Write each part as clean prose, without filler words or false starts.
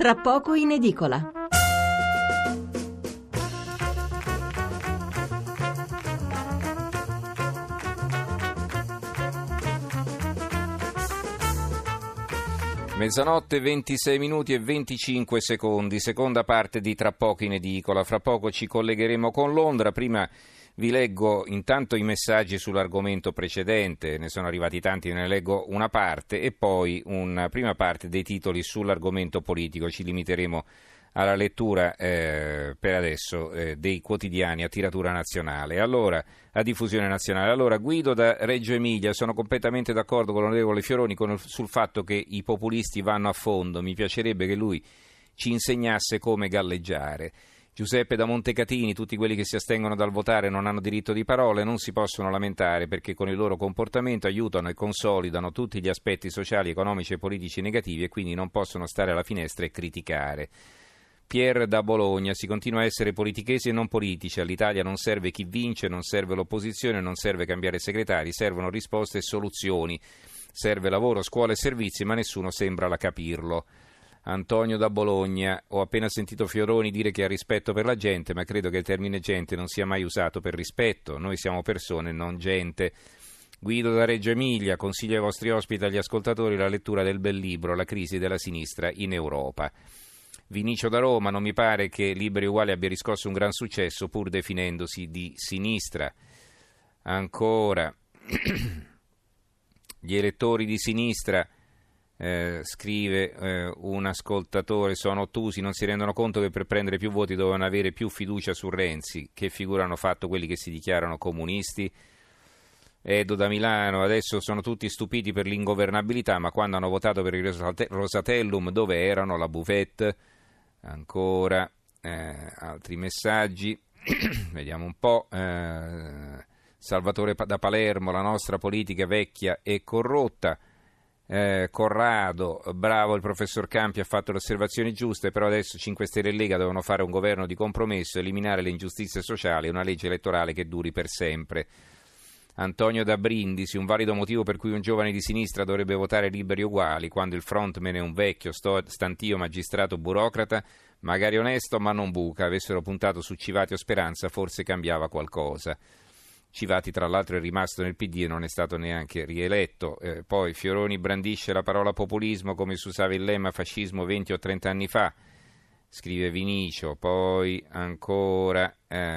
tra poco in edicola. Mezzanotte, 26 minuti e 25 secondi, seconda parte di Tra poco in edicola. Fra poco ci collegheremo con Londra. Prima vi leggo intanto i messaggi sull'argomento precedente, ne sono arrivati tanti, ne leggo una parte e poi una prima parte dei titoli sull'argomento politico. Ci limiteremo alla lettura per adesso dei quotidiani a tiratura nazionale. Allora, a diffusione nazionale. Allora, Guido da Reggio Emilia, sono completamente d'accordo con l'onorevole Fioroni sul fatto che i populisti vanno a fondo. Mi piacerebbe che lui ci insegnasse come galleggiare. Giuseppe da Montecatini, tutti quelli che si astengono dal votare non hanno diritto di parole, non si possono lamentare perché con il loro comportamento aiutano e consolidano tutti gli aspetti sociali, economici e politici negativi e quindi non possono stare alla finestra e criticare. Pier da Bologna, si continua a essere politichesi e non politici, all'Italia non serve chi vince, non serve l'opposizione, non serve cambiare segretari, servono risposte e soluzioni, serve lavoro, scuola e servizi, ma nessuno sembra capirlo. Antonio da Bologna, ho appena sentito Fioroni dire che ha rispetto per la gente, ma credo che il termine gente non sia mai usato per rispetto, noi siamo persone, non gente. Guido da Reggio Emilia, consiglio ai vostri ospiti e agli ascoltatori la lettura del bel libro La crisi della sinistra in Europa. Vinicio da Roma, non mi pare che Liberi Uguali abbia riscosso un gran successo pur definendosi di sinistra. Ancora, gli elettori di sinistra, scrive un ascoltatore, sono ottusi, non si rendono conto che per prendere più voti dovevano avere più fiducia su Renzi. Che figura hanno fatto quelli che si dichiarano comunisti? Edo da Milano, adesso sono tutti stupiti per l'ingovernabilità, ma quando hanno votato per il Rosatellum dove erano? La buvette? Ancora altri messaggi, vediamo un po'. Salvatore da Palermo, la nostra politica vecchia e corrotta. Corrado, bravo il professor Campi, ha fatto le osservazioni giuste, però adesso 5 Stelle e Lega devono fare un governo di compromesso, eliminare le ingiustizie sociali e una legge elettorale che duri per sempre. Antonio da Brindisi, un valido motivo per cui un giovane di sinistra dovrebbe votare Liberi Uguali quando il frontman è un vecchio, stantio magistrato burocrata, magari onesto ma non buca. Avessero puntato su Civati o Speranza forse cambiava qualcosa. Civati tra l'altro è rimasto nel PD e non è stato neanche rieletto. Poi Fioroni brandisce la parola populismo come si usava il lemma fascismo 20 o 30 anni fa, scrive Vinicio. Poi ancora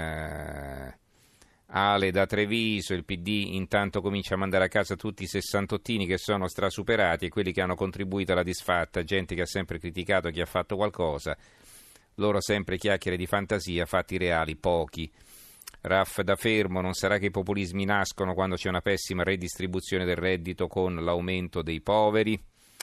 Ale da Treviso, il PD intanto comincia a mandare a casa tutti i sessantottini che sono strasuperati e quelli che hanno contribuito alla disfatta, gente che ha sempre criticato chi ha fatto qualcosa, loro sempre chiacchiere di fantasia, fatti reali pochi. Raff da Fermo, non sarà che i populismi nascono quando c'è una pessima redistribuzione del reddito con l'aumento dei poveri?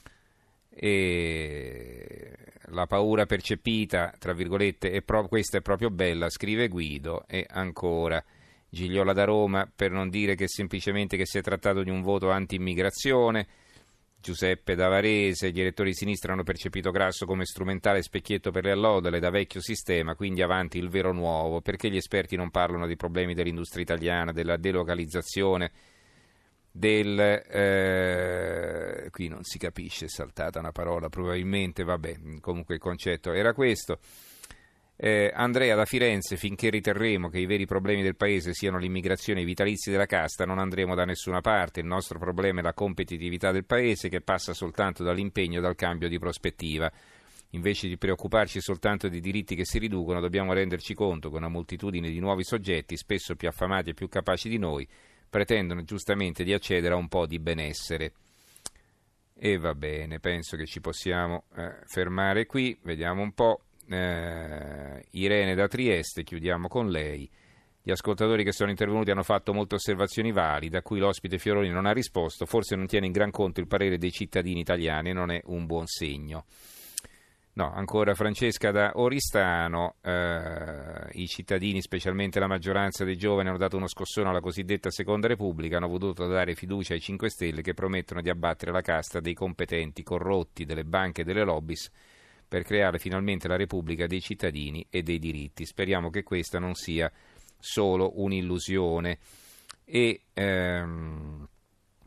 E la paura percepita, tra virgolette, questa è proprio bella, scrive Guido. E ancora Gigliola da Roma, per non dire che semplicemente che si è trattato di un voto anti-immigrazione. Giuseppe da Varese, gli elettori di sinistra hanno percepito Grasso come strumentale specchietto per le allodole da vecchio sistema, quindi avanti il vero nuovo. Perché gli esperti non parlano dei problemi dell'industria italiana, della delocalizzazione, qui non si capisce, è saltata una parola probabilmente, vabbè, comunque il concetto era questo. Andrea da Firenze, finché riterremo che i veri problemi del paese siano l'immigrazione e i vitalizi della casta non andremo da nessuna parte. Il nostro problema è la competitività del paese che passa soltanto dall'impegno e dal cambio di prospettiva. Invece di preoccuparci soltanto di diritti che si riducono, dobbiamo renderci conto che una moltitudine di nuovi soggetti, spesso più affamati e più capaci di noi, pretendono giustamente di accedere a un po' di benessere. E va bene, penso che ci possiamo fermare qui, vediamo un po'. Irene da Trieste, chiudiamo con lei. Gli ascoltatori che sono intervenuti hanno fatto molte osservazioni valide a cui l'ospite Fioroni non ha risposto, forse non tiene in gran conto il parere dei cittadini italiani e non è un buon segno. No, ancora Francesca da Oristano, i cittadini, specialmente la maggioranza dei giovani, hanno dato uno scossone alla cosiddetta Seconda Repubblica, hanno voluto dare fiducia ai 5 Stelle che promettono di abbattere la casta dei competenti corrotti, delle banche e delle lobbies per creare finalmente la Repubblica dei cittadini e dei diritti. Speriamo che questa non sia solo un'illusione. E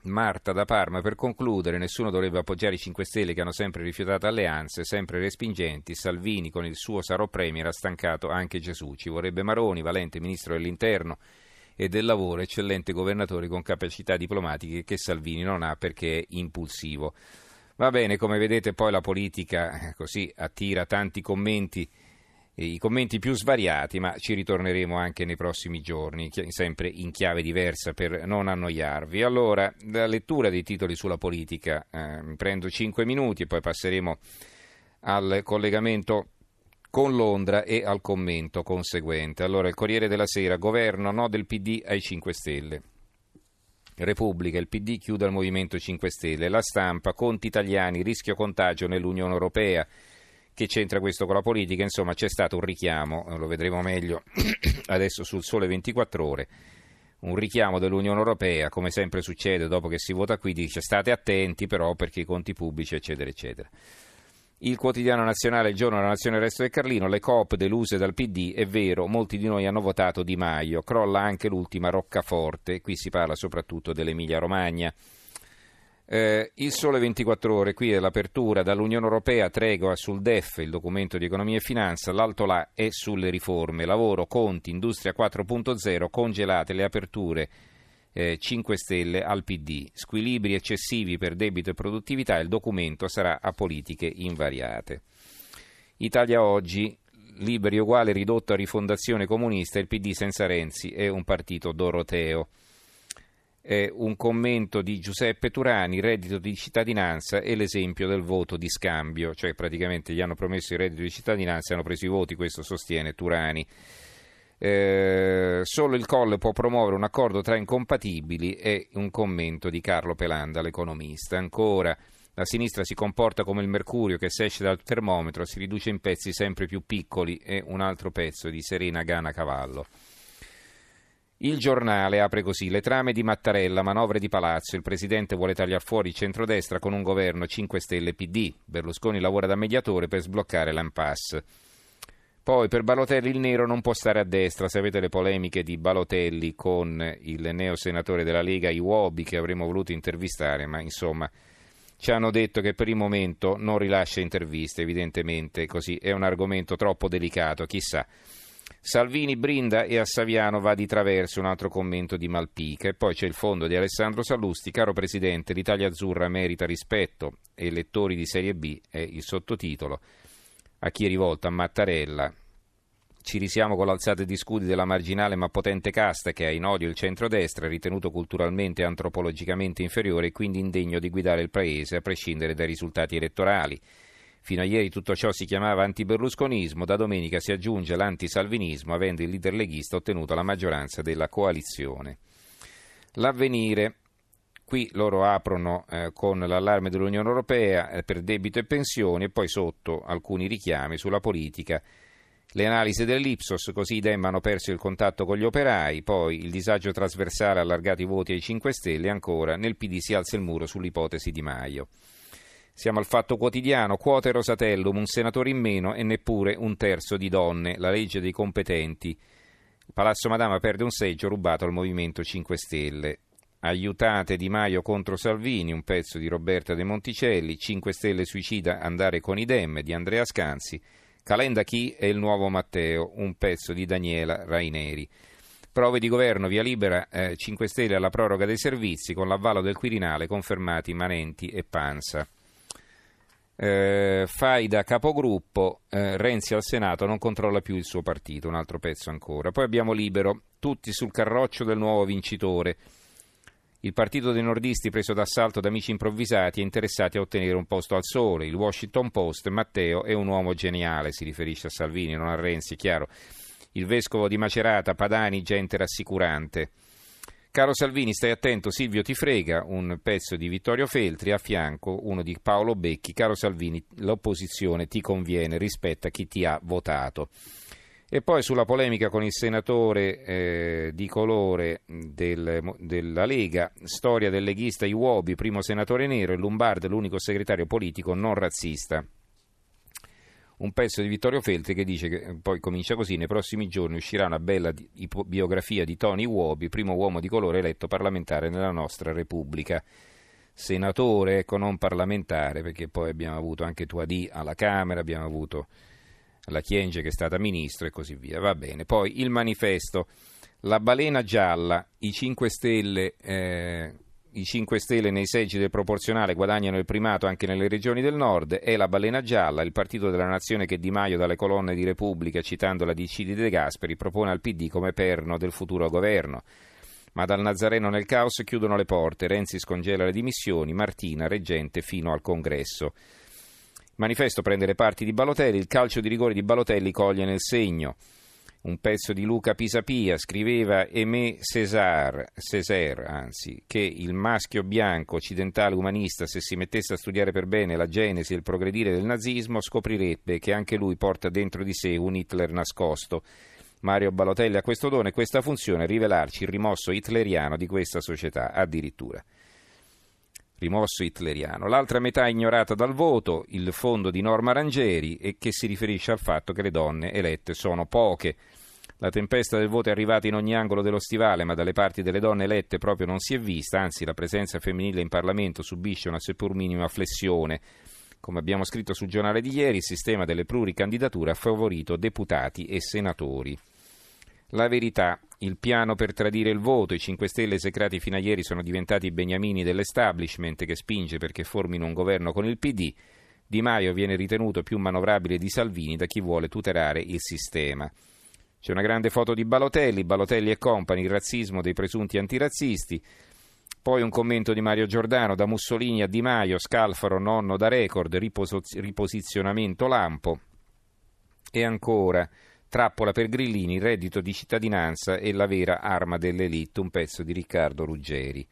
Marta da Parma, per concludere, nessuno dovrebbe appoggiare i 5 Stelle che hanno sempre rifiutato alleanze, sempre respingenti. Salvini con il suo sarò premier ha stancato anche Gesù. Ci vorrebbe Maroni, valente ministro dell'interno e del lavoro, eccellente governatore con capacità diplomatiche che Salvini non ha perché è impulsivo. Va bene, come vedete poi la politica così attira tanti commenti, i commenti più svariati, ma ci ritorneremo anche nei prossimi giorni, sempre in chiave diversa per non annoiarvi. Allora, la lettura dei titoli sulla politica, prendo 5 minuti e poi passeremo al collegamento con Londra e al commento conseguente. Allora, il Corriere della Sera, governo no del PD ai 5 Stelle. Repubblica, il PD chiude al Movimento 5 Stelle. La Stampa, conti italiani, rischio contagio nell'Unione Europea. Che c'entra questo con la politica? Insomma, c'è stato un richiamo, lo vedremo meglio adesso sul Sole 24 Ore, un richiamo dell'Unione Europea, come sempre succede dopo che si vota qui, dice state attenti però perché i conti pubblici eccetera eccetera. Il Quotidiano Nazionale, il Giorno della Nazione, il Resto del Carlino, le coop deluse dal PD, è vero, molti di noi hanno votato Di Maio, crolla anche l'ultima roccaforte, qui si parla soprattutto dell'Emilia Romagna. Il Sole 24 Ore, qui è l'apertura dall'Unione Europea, tregua sul DEF, il documento di economia e finanza, l'alto là è sulle riforme, lavoro, conti, industria 4.0, congelate le aperture 5 Stelle al PD, squilibri eccessivi per debito e produttività, il documento sarà a politiche invariate. Italia Oggi, liberi uguale ridotto a rifondazione comunista, il PD senza Renzi è un partito doroteo. Un commento di Giuseppe Turani, reddito di cittadinanza e l'esempio del voto di scambio, cioè praticamente gli hanno promesso il reddito di cittadinanza e hanno preso i voti, questo sostiene Turani. Solo il Colle può promuovere un accordo tra incompatibili e un commento di Carlo Pelanda, l'economista. Ancora, la sinistra si comporta come il mercurio che se esce dal termometro si riduce in pezzi sempre più piccoli, e un altro pezzo di Serena Gana Cavallo. Il Giornale apre così, le trame di Mattarella, manovre di palazzo, il presidente vuole tagliare fuori il centrodestra con un governo 5 Stelle PD, Berlusconi lavora da mediatore per sbloccare l'impasse. Poi per Balotelli il nero non può stare a destra, se avete le polemiche di Balotelli con il neosenatore della Lega Iwobi che avremmo voluto intervistare, ma insomma ci hanno detto che per il momento non rilascia interviste, evidentemente così è un argomento troppo delicato, chissà. Salvini brinda e a Saviano va di traverso, un altro commento di Malpica. E poi c'è il fondo di Alessandro Sallusti, caro Presidente, l'Italia Azzurra merita rispetto e lettori di Serie B è il sottotitolo. A chi è rivolto? A Mattarella. Ci risiamo con l'alzata di scudi della marginale ma potente casta che ha in odio il centrodestra, ritenuto culturalmente e antropologicamente inferiore e quindi indegno di guidare il Paese a prescindere dai risultati elettorali. Fino a ieri tutto ciò si chiamava antiberlusconismo, da domenica si aggiunge l'antisalvinismo, avendo il leader leghista ottenuto la maggioranza della coalizione. L'Avvenire, qui loro aprono con l'allarme dell'Unione Europea per debito e pensioni e poi sotto alcuni richiami sulla politica. Le analisi dell'Ipsos, così i Dem hanno perso il contatto con gli operai, poi il disagio trasversale ha allargato i voti ai 5 Stelle e ancora nel PD si alza il muro sull'ipotesi Di Maio. Siamo al Fatto Quotidiano, quote Rosatellum, un senatore in meno e neppure un terzo di donne, la legge dei competenti. Palazzo Madama perde un seggio rubato al Movimento 5 Stelle. Aiutate Di Maio contro Salvini, un pezzo di Roberta De Monticelli, 5 Stelle suicida andare con i Dem di Andrea Scanzi, Calenda chi è il nuovo Matteo, un pezzo di Daniela Raineri. Prove di governo, via libera, 5 Stelle alla proroga dei servizi, con l'avvallo del Quirinale confermati Manenti e Pansa. Faida capogruppo, Renzi al Senato non controlla più il suo partito, un altro pezzo ancora. Poi abbiamo Libero, tutti sul carroccio del nuovo vincitore. Il partito dei nordisti preso d'assalto da amici improvvisati e interessati a ottenere un posto al sole. Il Washington Post, Matteo è un uomo geniale, si riferisce a Salvini, non a Renzi, chiaro. Il vescovo di Macerata, Padani, gente rassicurante. Caro Salvini, stai attento, Silvio ti frega, un pezzo di Vittorio Feltri, a fianco uno di Paolo Becchi. Caro Salvini, l'opposizione ti conviene, rispetta chi ti ha votato. E poi sulla polemica con il senatore di colore della Lega, storia del leghista Iwobi, primo senatore nero, e Lombardo l'unico segretario politico non razzista. un pezzo di Vittorio Feltri che dice che poi comincia così: nei prossimi giorni uscirà una bella biografia di Tony Uobi, primo uomo di colore eletto parlamentare nella nostra Repubblica. Senatore, ecco, non parlamentare, perché poi abbiamo avuto anche Touadì alla Camera, abbiamo avuto la Kyenge che è stata ministro e così via. Va bene. Poi il Manifesto, la balena gialla, i 5 Stelle nei seggi del proporzionale guadagnano il primato anche nelle regioni del nord. È la balena gialla, il partito della nazione che Di Maio dalle colonne di Repubblica, citando la DC di De Gasperi, propone al PD come perno del futuro governo. Ma dal Nazareno nel caos chiudono le porte, Renzi scongela le dimissioni, Martina reggente fino al congresso. Il Manifesto prende le parti di Balotelli, il calcio di rigore di Balotelli coglie nel segno. Un pezzo di Luca Pisapia, scriveva Aimé Césaire, che il maschio bianco occidentale umanista, se si mettesse a studiare per bene la genesi e il progredire del nazismo, scoprirebbe che anche lui porta dentro di sé un Hitler nascosto. Mario Balotelli ha questo dono e questa funzione, rivelarci il rimosso hitleriano di questa società, addirittura. Rimosso hitleriano. L'altra metà ignorata dal voto, il fondo di Norma Rangieri, e che si riferisce al fatto che le donne elette sono poche. La tempesta del voto è arrivata in ogni angolo dello stivale, ma dalle parti delle donne elette proprio non si è vista, anzi la presenza femminile in Parlamento subisce una seppur minima flessione. Come abbiamo scritto sul giornale di ieri, il sistema delle pluricandidature ha favorito deputati e senatori. La Verità, il piano per tradire il voto, i 5 Stelle esecrati fino a ieri sono diventati i beniamini dell'establishment che spinge perché formino un governo con il PD. Di Maio viene ritenuto più manovrabile di Salvini da chi vuole tutelare il sistema. C'è una grande foto di Balotelli e compagni, il razzismo dei presunti antirazzisti. Poi un commento di Mario Giordano, da Mussolini a Di Maio, Scalfaro nonno da record, riposizionamento lampo. E ancora, trappola per Grillini, il reddito di cittadinanza e la vera arma dell'elite, un pezzo di Riccardo Ruggeri.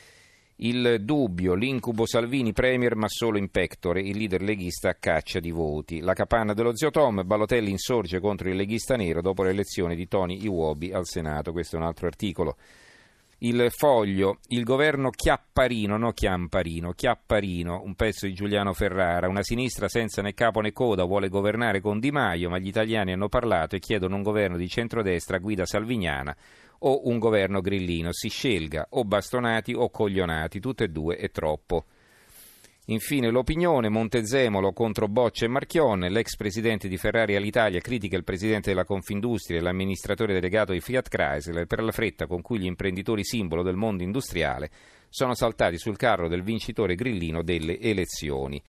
Il Dubbio, l'incubo Salvini premier ma solo in pectore, il leader leghista a caccia di voti. La capanna dello zio Tom, Balotelli insorge contro il leghista nero dopo l'elezione di Tony Iwobi al Senato, questo è un altro articolo. Il Foglio, il governo Chiapparino, no Chiamparino, Chiapparino, un pezzo di Giuliano Ferrara, una sinistra senza né capo né coda vuole governare con Di Maio, ma gli italiani hanno parlato e chiedono un governo di centrodestra a guida salviniana o un governo grillino, si scelga o bastonati o coglionati, tutte e due è troppo. Infine l'Opinione, Montezemolo contro Boccia e Marchionne, l'ex presidente di Ferrari all'Italia critica il presidente della Confindustria e l'amministratore delegato di Fiat Chrysler per la fretta con cui gli imprenditori simbolo del mondo industriale sono saltati sul carro del vincitore grillino delle elezioni.